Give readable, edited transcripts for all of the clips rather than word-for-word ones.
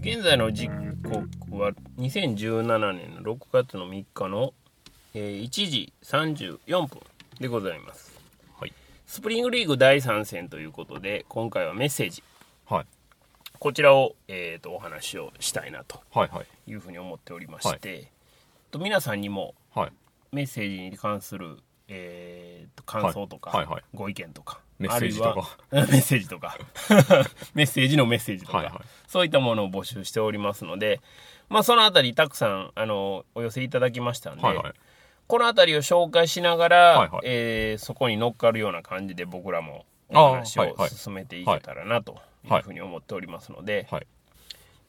現在の時刻は2017年の6月の3日の、1時34分でございます、はい、スプリングリーグ第3戦ということで今回はメッセージ、 はい、 こちらを、お話をしたいなというふうに思っておりまして、はい、皆さんにもメッセージに関する、感想とか、はいはいはい、ご意見とかメッセージとかメッセージとかメッセージのメッセージとか、はいはい、そういったものを募集しておりますので、そのあたりたくさんお寄せいただきましたんで、はいはい、このあたりを紹介しながら、はいはい、そこに乗っかるような感じで僕らもお話を進めていけたらなというふうに思っておりますので、はいはい、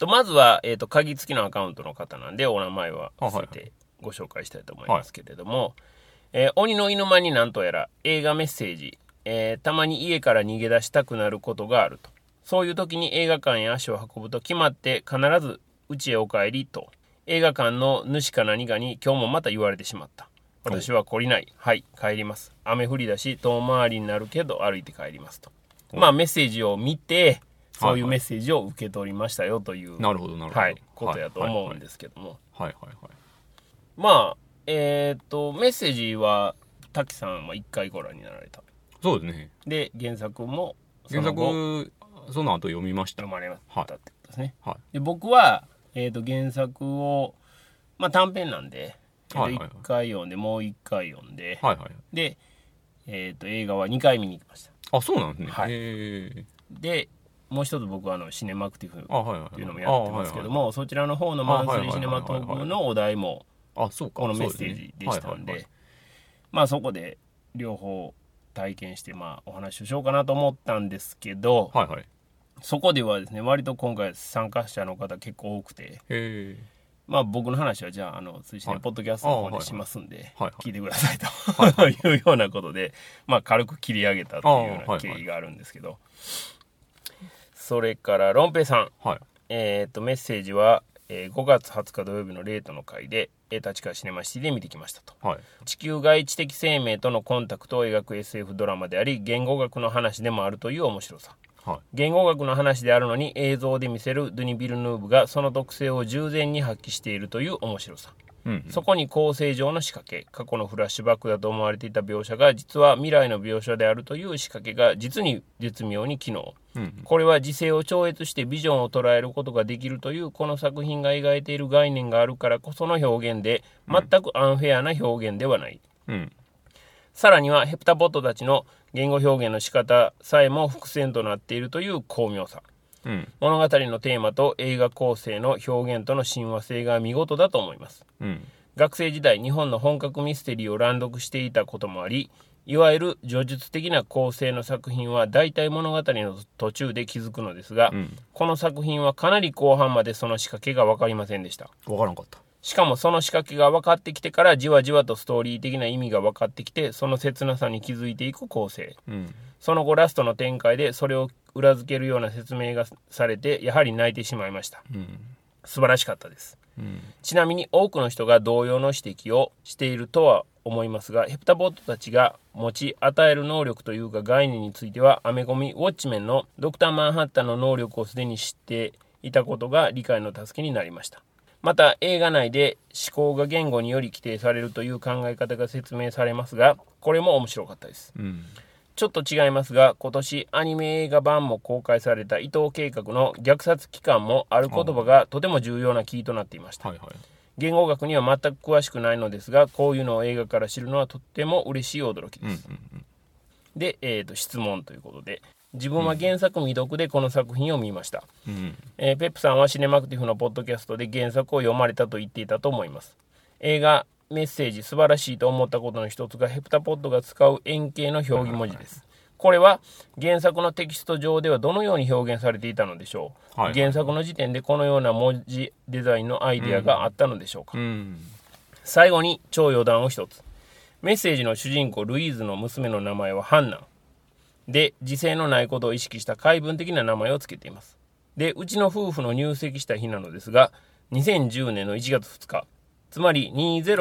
まずは、鍵付きのアカウントの方なんでお名前は伏せてご紹介したいと思いますけれども、鬼の犬間になんとやら映画メッセージ、たまに家から逃げ出したくなることがあると。そういう時に映画館へ足を運ぶと決まって必ず家へお帰りと。映画館の主か何かに今日もまた言われてしまった。私は懲りない。はい、帰ります。雨降りだし遠回りになるけど歩いて帰りますと。メッセージを見てそういうメッセージを受け取りましたよという、 なるほどなるほど、 はい、ことやと思うんですけども、 はいはいはい、 メッセージは滝さんは1回ご覧になられた。 そうですね。 で原作もその後読みました。 読まれましたってことですね、 はい、 で僕は、原作を、短編なんで、1回読んでもう1回読んで、はいはい、で、映画は2回見に行きました。 あ、そうなんですね、はい、 でもう一つ僕はシネマクティブっていうのもやってますけども、そちらの方のマンスリーシネマトークのお題もこのメッセージでしたんで、そこで両方体験してお話をしようかなと思ったんですけど、はいはい、そこではですね割と今回参加者の方結構多くて、僕の話はじゃあ追試ねポッドキャストの方でしますんで、聞いてくださいというようなことで、軽く切り上げたというような経緯があるんですけど、それからロンペイさん、メッセージは5月20日土曜日のレートの回で立川シネマシティで見てきましたと、はい、地球外知的生命とのコンタクトを描く SF ドラマであり言語学の話でもあるという面白さ、はい、言語学の話であるのに映像で見せるドゥニ・ビルヌーブがその特性を従前に発揮しているという面白さ、そこに構成上の仕掛け、過去のフラッシュバックだと思われていた描写が実は未来の描写であるという仕掛けが実に絶妙に機能、これは時勢を超越してビジョンを捉えることができるというこの作品が描いている概念があるからこその表現で、全くアンフェアな表現ではない、さらにはヘプタボットたちの言語表現の仕方さえも伏線となっているという巧妙さ、物語のテーマと映画構成の表現との親和性が見事だと思います、学生時代日本の本格ミステリーを乱読していたこともあり、いわゆる叙述的な構成の作品は大体物語の途中で気づくのですが、この作品はかなり後半までその仕掛けが分かりませんでした。 分からんかった。 しかもその仕掛けが分かってきてからじわじわとストーリー的な意味が分かってきて、その切なさに気づいていく構成、その後ラストの展開でそれを裏付けるような説明がされてやはり泣いてしまいました、素晴らしかったです、ちなみに多くの人が同様の指摘をしているとは思いますが、ヘプタボットたちが持ち与える能力というか概念についてはアメコミウォッチメンのドクターマンハッタンの能力をすでに知っていたことが理解の助けになりました。また映画内で思考が言語により規定されるという考え方が説明されますが、これも面白かったです、ちょっと違いますが今年アニメ映画版も公開された伊藤計画の虐殺期間もある言葉がとても重要なキーとなっていました、言語学には全く詳しくないのですがこういうのを映画から知るのはとっても嬉しい驚きです、で、質問ということで、自分は原作未読でこの作品を見ました、ペップさんはシネマクティフのポッドキャストで原作を読まれたと言っていたと思います。映画メッセージ素晴らしいと思ったことの一つがヘプタポッドが使う円形の表記文字です、これは原作のテキスト上ではどのように表現されていたのでしょう、原作の時点でこのような文字デザインのアイデアがあったのでしょうか、最後に超余談を一つ。メッセージの主人公ルイーズの娘の名前はハンナで、時勢のないことを意識した解文的な名前をつけています。で、うちの夫婦の入籍した日なのですが2010年の1月2日、つまり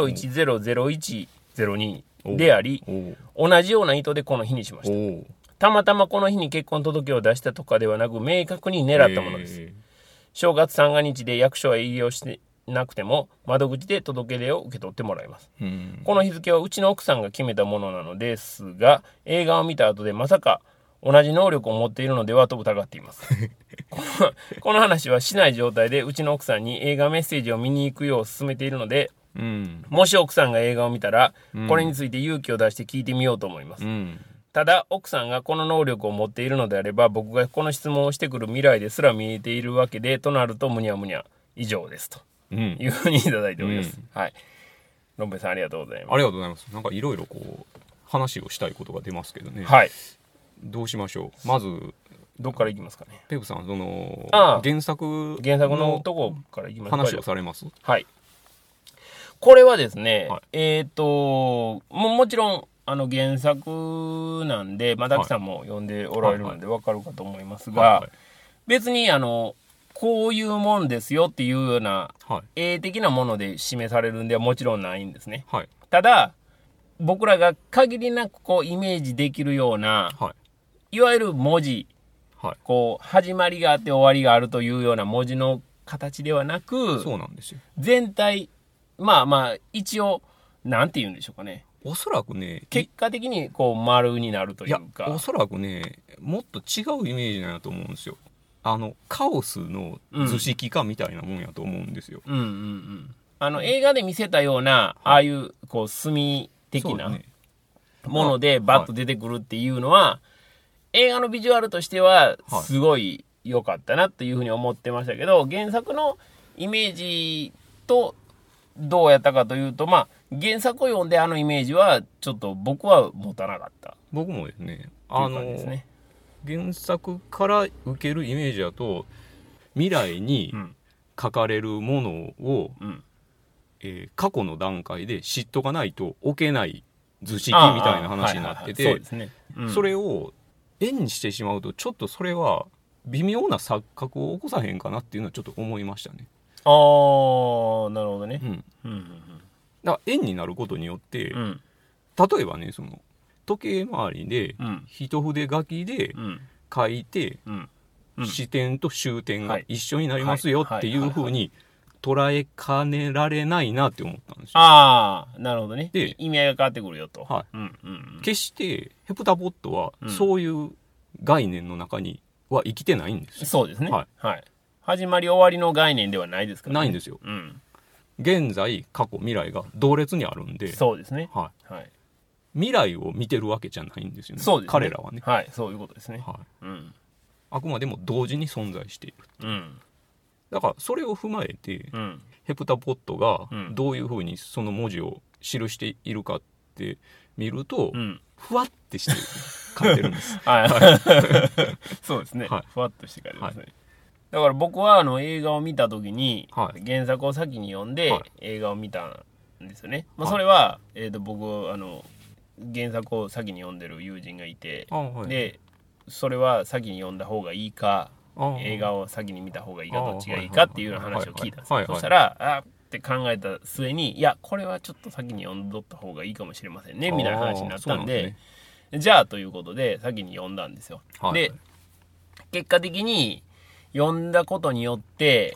20100102であり、同じような意図でこの日にしました。たまたまこの日に結婚届を出したとかではなく明確に狙ったものです。 正月三が日で役所は営業してなくても窓口で届け出を受け取ってもらいます。この日付はうちの奥さんが決めたものなのですが、映画を見た後でまさか同じ能力を持っているのではと疑っていますこの話はしない状態でうちの奥さんに映画メッセージを見に行くよう勧めているので、もし奥さんが映画を見たら、これについて勇気を出して聞いてみようと思います。ただ奥さんがこの能力を持っているのであれば、僕がこの質問をしてくる未来ですら見えているわけで、となるとむにゃむにゃ以上ですというふうにいただいております。はい。ロンペさんありがとうございます。 ありがとうございます。なんかいろいろこう話をしたいことが出ますけどね。 はい。 どうしましょう。まずどっからいきますかね。 ペグさん、その原作のとこからいきますか。 話をされます。 はい。これはですね、はい、もちろん原作なんで、たくさんも読んでおられるので分かるかと思いますが、別にこういうもんですよっていうような、絵的なもので示されるんではもちろんないんですね。はい、ただ僕らが限りなくこうイメージできるような、いわゆる文字、こう始まりがあって終わりがあるというような文字の形ではなく、 そうなんですよ。 全体一応なんて言うんでしょうかね。 おそらくね、 結果的にこう丸になるというか、 おそらくね、もっと違うイメージなんやと思うんですよ。カオスの図式化みたいなもんやと思うんですよ。 映画で見せたような、ああいうこう墨的なものでバッと出てくるっていうのは、映画のビジュアルとしてはすごい良かったなっていうふうに思ってましたけど、原作のイメージとどうやったかというと、原作を読んでイメージはちょっと僕は持たなかった。 僕もですね、原作から受けるイメージだと、未来に書かれるものを、過去の段階で知っとかないと置けない図式みたいな話になってて、それを絵にしてしまうと、ちょっとそれは微妙な錯覚を起こさへんかなっていうのはちょっと思いましたね。 なるほどね。 だから円になることによって、例えばね、その時計回りで一筆書きで書いて、始点と終点が一緒になりますよっていうふうに捉えかねられないなって思ったんですよ。 なるほどね。で、意味合いが変わってくるよと。 決してヘプタポットはそういう概念の中には生きてないんですよ。 そうですね。始まり終わりの概念ではないですからね。 ないんですよ。現在、過去、未来が同列にあるんで。 そうですね。 未来を見てるわけじゃないんですよね。 そうですね。 彼らはね。 そういうことですね。 あくまでも同時に存在している。だからそれを踏まえて、ヘプタポットがどういうふうにその文字を記しているかって見ると、ふわってして書いてるんです。 そうですね。ふわっとして書いてますね。だから僕は映画を見た時に、原作を先に読んで映画を見たんですよね。それは、僕原作を先に読んでる友人がいて、でそれは先に読んだ方がいいか、映画を先に見た方がいいか、どっちがいいかっていうような話を聞いたんですよ。そしたらって考えた末に、いやこれはちょっと先に読んどった方がいいかもしれませんねみたいな話になったんで、じゃあということで先に読んだんですよ。で結果的に読んだことによって、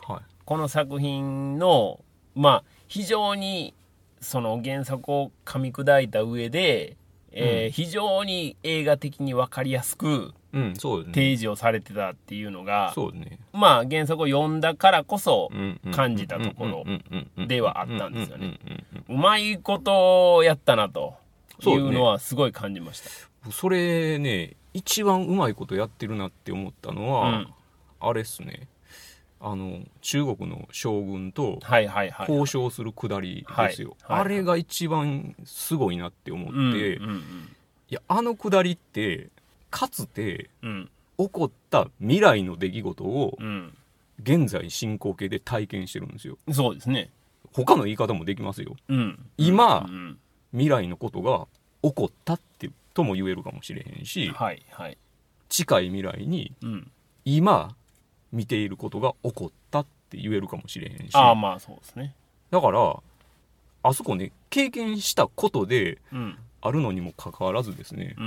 この作品の非常にその原作を噛み砕いた上で、非常に映画的に分かりやすく提示をされてたっていうのが、原作を読んだからこそ感じたところではあったんですよね。うまいことやったなというのはすごい感じました。 それね、一番うまいことやってるなって思ったのは、あれっすね、中国の将軍と交渉するくだりですよ。あれが一番すごいなって思って、いやくだりってかつて起こった未来の出来事を現在進行形で体験してるんですよ。 そうですね。 他の言い方もできますよ。今、未来のことが起こったってとも言えるかもしれへんし、近い未来に今見ていることが起こったって言えるかもしれへんし、 そうですね。 だからあそこね、経験したことであるのにもかかわらずですね、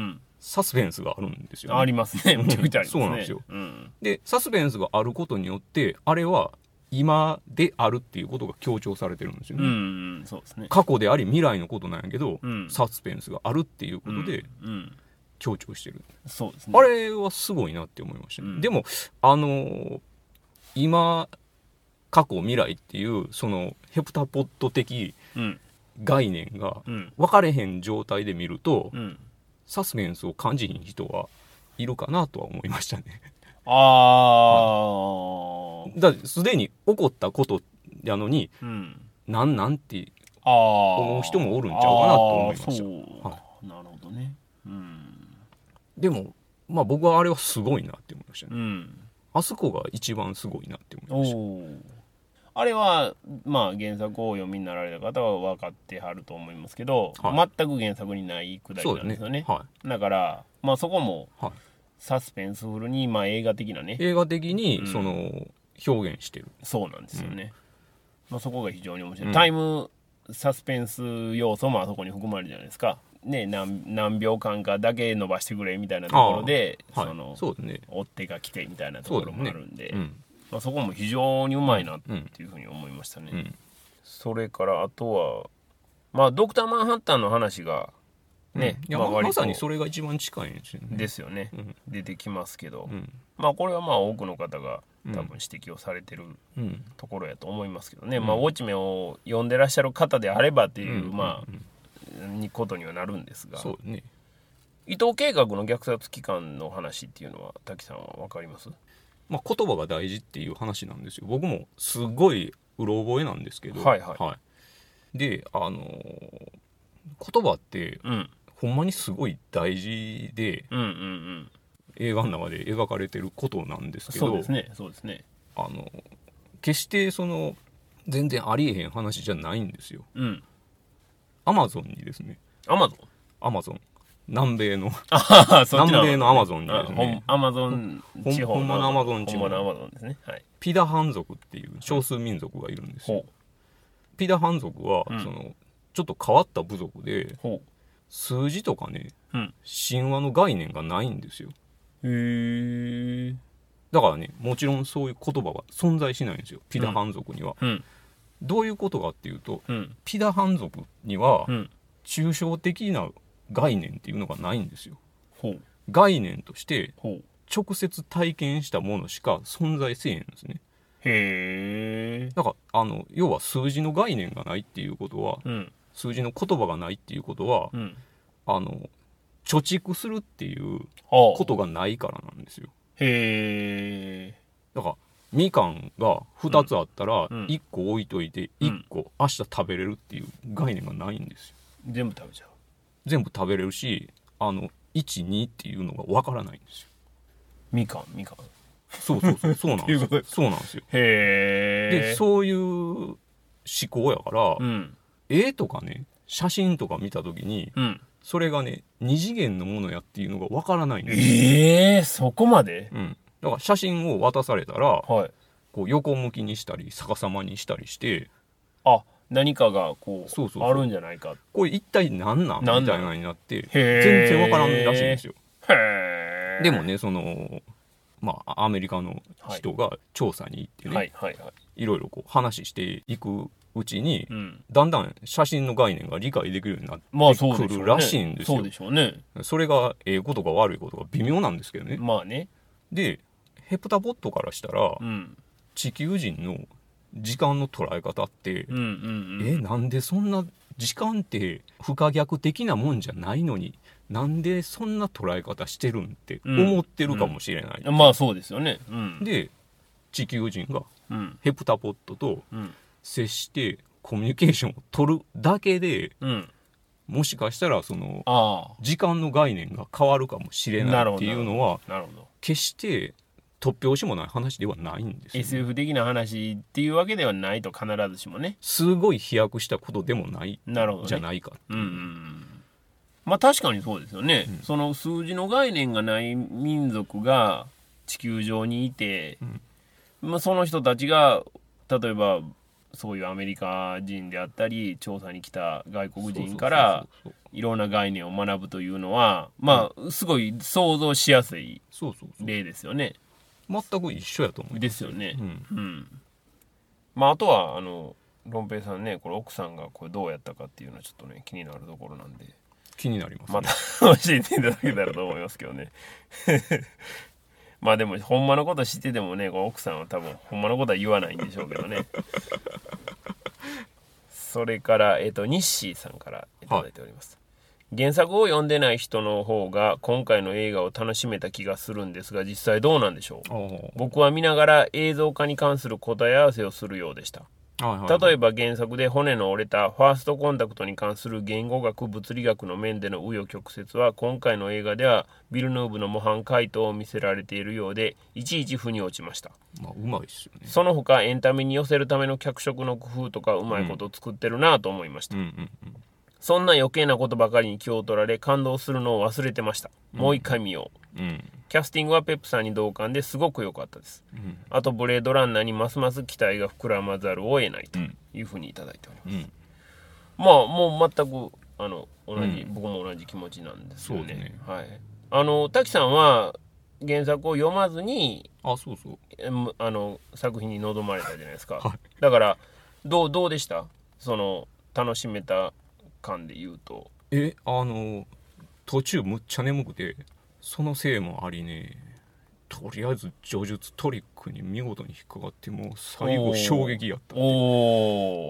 サスペンスがあるんですよ、ね、 ありますね。めちゃくちゃありますね。 そうなんですよ、でサスペンスがあることによってあれは今であるっていうことが強調されてるんですよね。 そうですね。 過去であり未来のことなんやけど、サスペンスがあるっていうことで強調してる、 そうですね。 あれはすごいなって思いました、でも今過去未来っていうそのヘプタポット的概念が分かれへん状態で見ると、サスペンスを感じひん人はいるかなとは思いましたね。だすでに起こったことやのに、なんて思う人もおるんちゃうかなと思いました。 なるほどね。 でもまあ僕はあれはすごいなって思いましたね。あそこが一番すごいなって思いました。 あれはまあ原作をお読みになられた方は分かってはると思いますけど、全く原作にないくだりなんですよね。だからまあそこもサスペンスフルにまあ映画的なね、 映画的にその表現してる、 そうなんですよね。まあそこが非常に面白い、タイムサスペンス要素もあそこに含まれるじゃないですかね。何秒間かだけ伸ばしてくれみたいなところでそうね、追っ手が来てみたいなところもあるんで、まあ、そこも非常にうまいなっていうふうに思いましたね。それからあとはまあドクターマンハッタンの話がね、 まさにそれが一番近いんですよね。 ですよね、出てきますけど、まあこれはまあ多くの方が多分指摘をされてるところやと思いますけどね、まあウォッチメンを読んでらっしゃる方であればっていうまあことにはなるんですが、 そうね。 伊藤計画の虐殺期間の話っていうのは滝さんは分かります？ まあ、言葉が大事っていう話なんですよ。僕もすごいうろ覚えなんですけど、で言葉って、ほんまにすごい大事で、映画の中で描かれてることなんですけど、 そうですね。 決してその全然ありえへん話じゃないんですよ。アマゾンにですね、アマゾン南米の南米のアマゾンにですね、 アマゾン地方の本場のアマゾン地方のですね、 ピダハン族っていう少数民族がいるんですよ。ピダハン族はそのちょっと変わった部族で、数字とかね、神話の概念がないんですよ。だからね、もちろんそういう言葉が存在しないんですよ、ピダハン族には。どういうことかっていうと、ピダハン族には抽象的な概念っていうのがないんですよ。概念として直接体験したものしか存在せえへんんですね。だから要は数字の概念がないっていうことは、数字の言葉がないっていうことは、貯蓄するっていうことがないからなんですよ。だからみかんが2つあったら1個置いといて1個明日食べれるっていう概念がないんですよ。 全部食べちゃう。 全部食べれるし、1、2っていうのがわからないんですよ。 みかん。 そうなんですよ。そうなんですよ。で、そういう思考やから、絵とかね、写真とか見たときに、それがね、二次元のものやっていうのがわからないんですよ。そこまで？ だから写真を渡されたら、こう横向きにしたり逆さまにしたりして、 何かがこうあるんじゃないか。 これ一体何なんみたいなのになって全然わからんらしいんですよ。でもね、そのアメリカの人が調査に行ってね、いろいろこう話していくうちに、だんだん写真の概念が理解できるようになってくるらしいんですよ。 そうでしょうね。 それがええことか悪いことか微妙なんですけどね。でヘプタポットからしたら、地球人の時間の捉え方って、なんでそんな時間って不可逆的なもんじゃないのになんでそんな捉え方してるんって思ってるかもしれない、 まあそうですよね。 で地球人がヘプタポットと接してコミュニケーションを取るだけで、もしかしたらその時間の概念が変わるかもしれないっていうのは決して突拍子もない話ではないんですよ、ね。 SF 的な話っていうわけではないと必ずしもね。 すごい飛躍したことでもないじゃないかっていう。 まあ確かにそうですよね。その数字の概念がない民族が地球上にいて、その人たちが例えばそういうアメリカ人であったり調査に来た外国人からいろんな概念を学ぶというのはまあすごい想像しやすい例ですよね。 全く一緒やと思うですよね。まああとはロンペイさんね、これ奥さんがこれどうやったかっていうのはちょっとね気になるところなんで気になりますね。 また教えていただけたらと思いますけどね。まあでもほんまのこと知っててもね、この奥さんは多分ほんまのことは言わないんでしょうけどね。それからニッシーさんからいただいております、はい、原作を読んでない人の方が今回の映画を楽しめた気がするんですが実際どうなんでしょう。僕は見ながら映像化に関する答え合わせをするようでした。例えば原作で骨の折れたファーストコンタクトに関する言語学物理学の面での紆余曲折は今回の映画ではビルヌーブの模範解答を見せられているようでいちいち腑に落ちました。 まあうまいっすよね。 その他エンタメに寄せるための脚色の工夫とかうまいことを作ってるなと思いました、そんな余計なことばかりに気を取られ感動するのを忘れてました。もう一回見よう、キャスティングはペップさんに同感ですごく良かったです、あとブレードランナーにますます期待が膨らまざるを得ないというふうにいただいております、まあもう全く同じ、僕も同じ気持ちなんですよね。はい。滝さんは原作を読まずに作品に臨まれたじゃないですか、はい、だからどうでした？その楽しめた感で言うと。 途中むっちゃ眠くてそのせいもありね、とりあえず叙述トリックに見事に引っかかってもう最後衝撃やったって。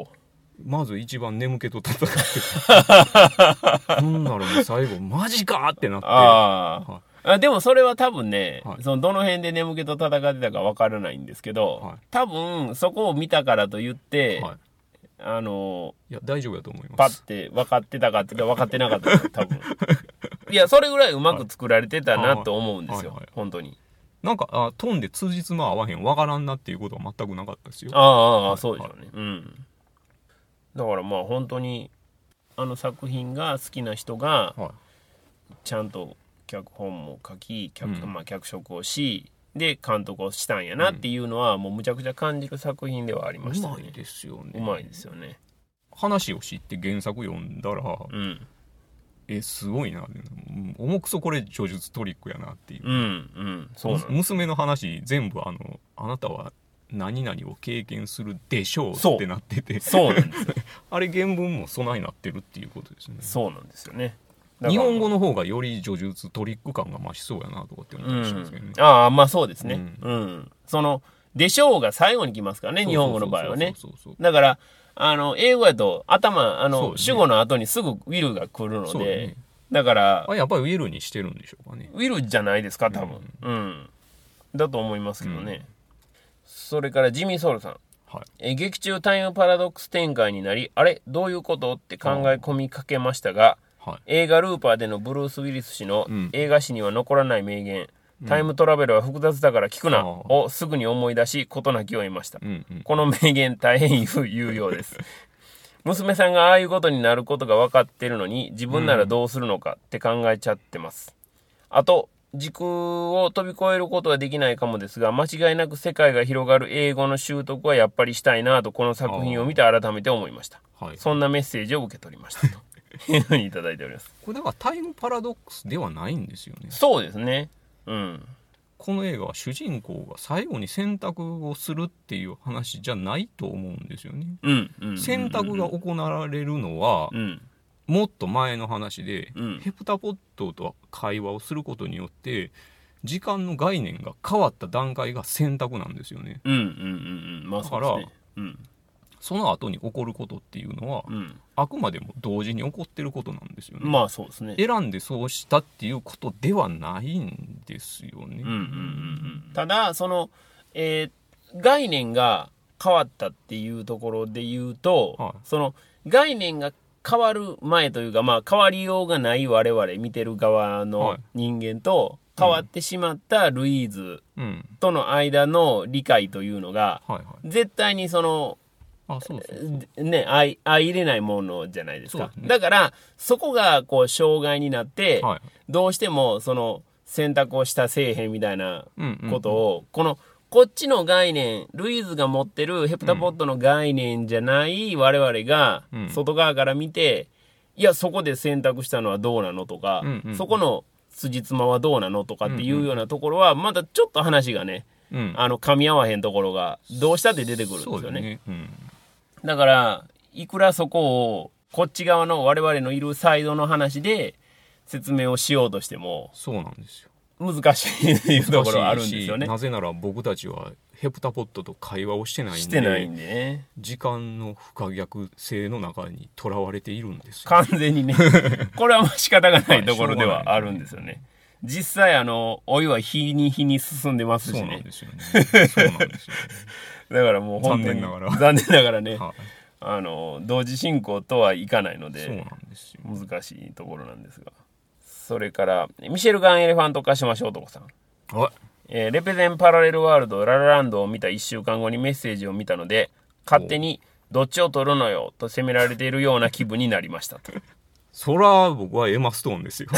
まず一番眠気と戦ってほんならもう最後マジかってなってでもそれは多分ね、はい、そのどの辺で眠気と戦ってたか分からないんですけど、はい、多分そこを見たからと言って、はい、 いや大丈夫だと思います。 パッて分かってたかって分かってなかったか多分いやそれぐらいうまく作られてたなと思うんですよ、本当に。 なんか飛んで通じつま合わへん分からんなっていうことは全くなかったですよ。 そうでしょうね、だからまあ本当に作品が好きな人がちゃんと脚本も書き脚色をしで監督をしたんやなっていうのはもうむちゃくちゃ感じる作品ではありましたね。 うまいですよね。 うまいですよね。 話を知って原作読んだら、すごいな、重くそこれ叙述トリックやなっていう、そうなん娘の話全部あなたは何々を経験するでしょうってなってて、 そうなんですよあれ原文も備えなってるっていうことですね。 そうなんですよね。 日本語の方がより叙述トリック感が増しそうやなとかって思ったりしたんですけどね。 まあそうですね。そのでしょうが最後に来ますからね、日本語の場合はね。だから英語やと主語の後にすぐウィルが来るので、だからやっぱりウィルにしてるんでしょうかね。 ウィルじゃないですか多分、だと思いますけどね、それからジミー・ソウルさん、劇中タイムパラドックス展開になりあれどういうことって考え込みかけましたが、映画ルーパーでのブルース・ウィリス氏の映画史には残らない名言、タイムトラベルは複雑だから聞くなをすぐに思い出し事なきを得ました、この名言大変有用です娘さんがああいうことになることが分かってるのに自分ならどうするのかって考えちゃってます、あと時空を飛び越えることはできないかもですが間違いなく世界が広がる英語の習得はやっぱりしたいなとこの作品を見て改めて思いました、そんなメッセージを受け取りましたというふうにいただいております。 これだからタイムパラドックスではないんですよね。 そうですね、 この映画は主人公が最後に選択をするっていう話じゃないと思うんですよね。選択が行われるのは、もっと前の話で、ヘプタポットと会話をすることによって時間の概念が変わった段階が選択なんですよね。だから、その後に起こることっていうのは、あくまでも同時に起こってることなんですよね。 まあそうですね。 選んでそうしたっていうことではないんですよね。 ただその、概念が変わったっていうところで言うと、その概念が変わる前というか、まあ変わりようがない我々見てる側の人間と、変わってしまったルイーズとの間の理解というのが、絶対にその相入れないものじゃないですか。だからそこがこう障害になって、どうしてもその選択をしたせえへんみたいなことを、このこっちの概念、ルイーズが持ってるヘプタポットの概念じゃない我々が外側から見て、いやそこで選択したのはどうなのとか、そこの辻褄はどうなのとかっていうようなところはまだちょっと話がね、噛み合わへんところがどうしたって出てくるんですよね。だからいくらそこをこっち側の我々のいるサイドの話で説明をしようとしても、 そうなんですよ、 難しいっていうところはあるんですよね。 なぜなら僕たちはヘプタポットと会話をしてないんでね、時間の不可逆性の中にとらわれているんですよ。 完全にねこれは仕方がないところではあるんですよね。実際お湯は日に日に進んでますしね。 そうなんですよね。そうなんですよねだからもう本当に残念ながらね、同時進行とはいかないので、 そうなんですよ、 難しいところなんですが、それからミシェルガン・エレファント化しましょう男さん。レペゼンパラレルワールドララランドを見た1週間後にメッセージを見たので、勝手にどっちを取るのよと責められているような気分になりましたと。 そら僕はエマ・ストーンですよ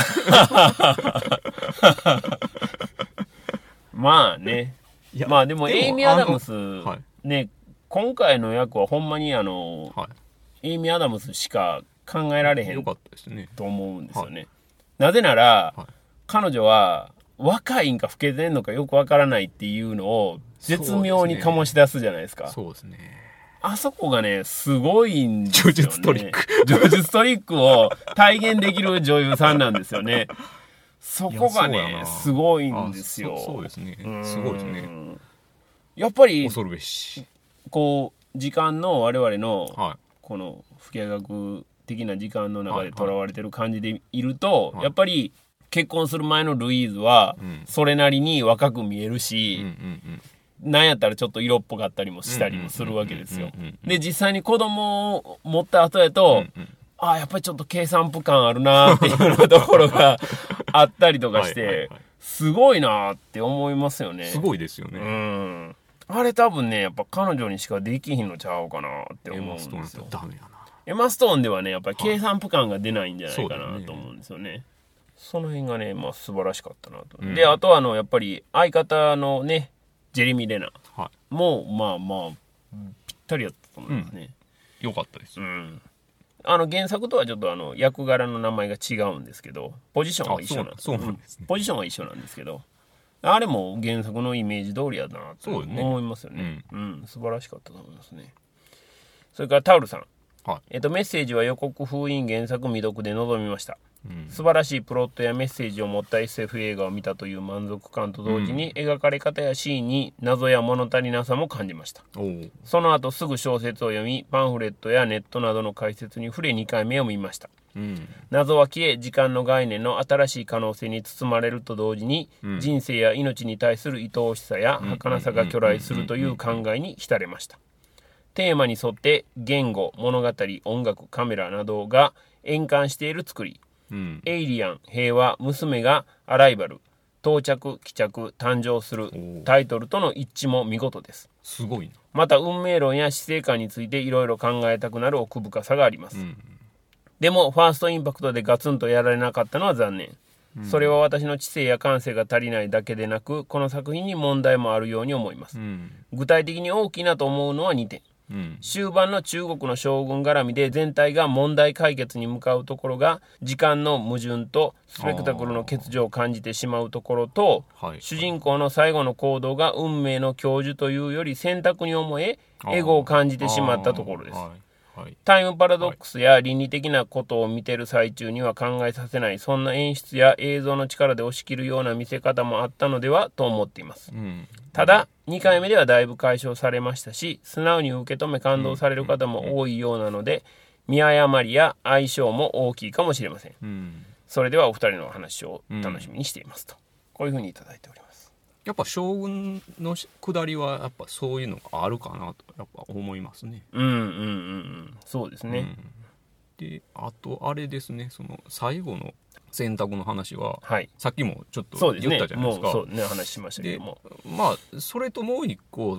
まあね、まあでもエイミー・アダムス、ね、今回の役はほんまにエイミー・アダムスしか考えられへんと思うんですよね。なぜなら、彼女は若いんか老けてんのかよくわからないっていうのを絶妙に醸し出すじゃないですか。 そうですね。 あそこがねすごいんですよね。 叙述トリック叙述トリックを体現できる女優さんなんですよね。そこがねすごいんですよ。 そうですね、すごいですね。 やっぱり恐るべし、 こう時間の我々のこの不計画的な時間の中でとらわれてる感じでいると、やっぱり結婚する前のルイーズはそれなりに若く見えるし、なんやったらちょっと色っぽかったりもしたりもするわけですよ。で実際に子供を持った後やと、やっぱりちょっと計算不感あるなっていうようなところがあったりとかしてすごいなって思いますよね。 すごいですよね。 あれ多分ねやっぱ彼女にしかできひんのちゃうかなって思うんですよ。エマ・ストーンではねやっぱり計算不感が出ないんじゃないかなと思うんですよね。その辺がね素晴らしかったなと。であとはやっぱり相方のねジェレミー・レナもまあぴったりやったと思いますね。 よかったです。 原作とはちょっと役柄の名前が違うんですけどポジションは一緒なんです。ポジションは一緒なんですけど、あれも原作のイメージ通りやなと思いますよね。素晴らしかったと思いますね。それからタウルさん、メッセージは予告封印原作未読で臨みました。素晴らしいプロットやメッセージを持った SF 映画を見たという満足感と同時に、描かれ方やシーンに謎や物足りなさも感じました。その後すぐ小説を読み、パンフレットやネットなどの解説に触れ2回目を見ました。謎は消え、時間の概念の新しい可能性に包まれると同時に、人生や命に対する愛おしさや儚さが去来するという考えに浸れました。テーマに沿って言語、物語、音楽、カメラなどが円環している作り、エイリアン、平和、娘がアライバル、到着、帰着、誕生するタイトルとの一致も見事です。 すごいな。 また運命論や死生観についていろいろ考えたくなる奥深さがあります。でもファーストインパクトでガツンとやられなかったのは残念。それは私の知性や感性が足りないだけでなく、この作品に問題もあるように思います。具体的に大きなと思うのは2点。終盤の中国の将軍絡みで全体が問題解決に向かうところが時間の矛盾とスペクタクルの欠如を感じてしまうところと、主人公の最後の行動が運命の享受というより選択に思えエゴを感じてしまったところです。タイムパラドックスや倫理的なことを見てる最中には考えさせない、そんな演出や映像の力で押し切るような見せ方もあったのではと思っています。ただ2回目ではだいぶ解消されましたし、素直に受け止め感動される方も多いようなので、見誤りや相性も大きいかもしれません。それではお二人のお話を楽しみにしていますと、こういうふうにいただいております。 やっぱ将軍の下りはやっぱそういうのがあるかなとやっぱ思いますね。 そうですね。 であとあれですね、その最後の選択の話は、さっきもちょっと言ったじゃないですか。 そうね、話しましたけども、 それともう一個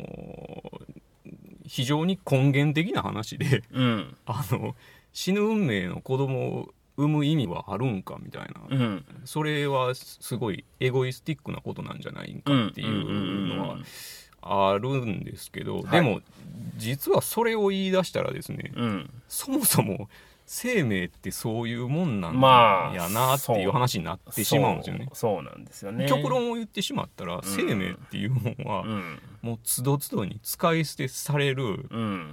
非常に根源的な話で、死ぬ運命の子供を産む意味はあるんかみたいな、それはすごいエゴイスティックなことなんじゃないかっていうのはあるんですけど、でも実はそれを言い出したらですね、そもそも生命ってそういうもんなんやなっていう話になってしまうんですよね。 そうなんですよね。 極論を言ってしまったら、生命っていうもんは、もうつどつどに使い捨てされる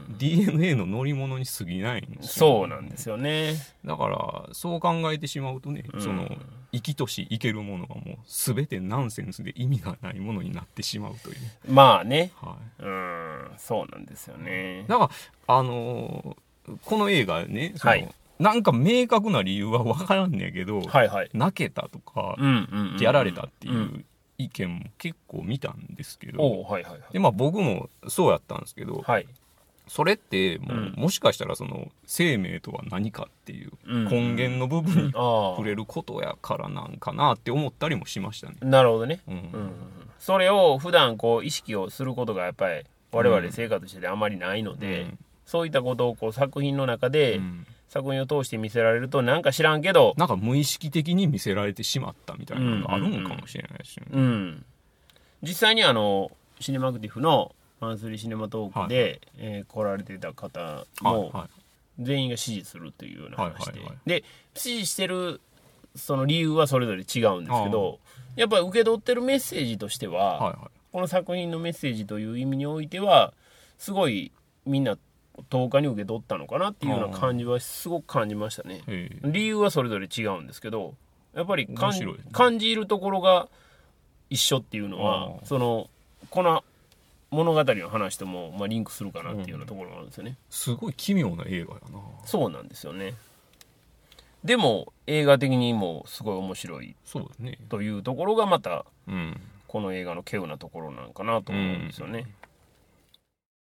DNA の乗り物に過ぎないんですよ、 そうなんですよね。 だからそう考えてしまうとね、その生きとし生けるものはもう全てナンセンスで意味がないものになってしまうという。 まあね、そうなんですよね。 だからこの映画ね、なんか明確な理由は分からんねんけど、泣けたとか、やられたっていう意見も結構見たんですけど、で僕もそうやったんですけど、それってもしかしたらその生命とは何かっていう根源の部分に触れることやからなんかなって思ったりもしましたね。 なるほどね。それを普段こう意識をすることがやっぱり我々生活しててあまりないので、そういったことをこう作品の中で、作品を通して見せられるとなんか知らんけどなんか無意識的に見せられてしまったみたいなのがあるのかもしれないですよね。 実際にシネマクティフのマンスリーシネマトークで、来られてた方も全員が支持するというような話で、で支持してるその理由はそれぞれ違うんですけど、やっぱり受け取ってるメッセージとしては、この作品のメッセージという意味においてはすごいみんな10日に受け取ったのかなっていうような感じはすごく感じましたね。理由はそれぞれ違うんですけど、やっぱり感じるところが一緒っていうのは、この物語の話とも、リンクするかなっていうようなところがあるんですよね。 すごい奇妙な映画やな。 そうなんですよね。でも映画的にもすごい面白いというところがまた、この映画の稀有なところなんかなと思うんですよね。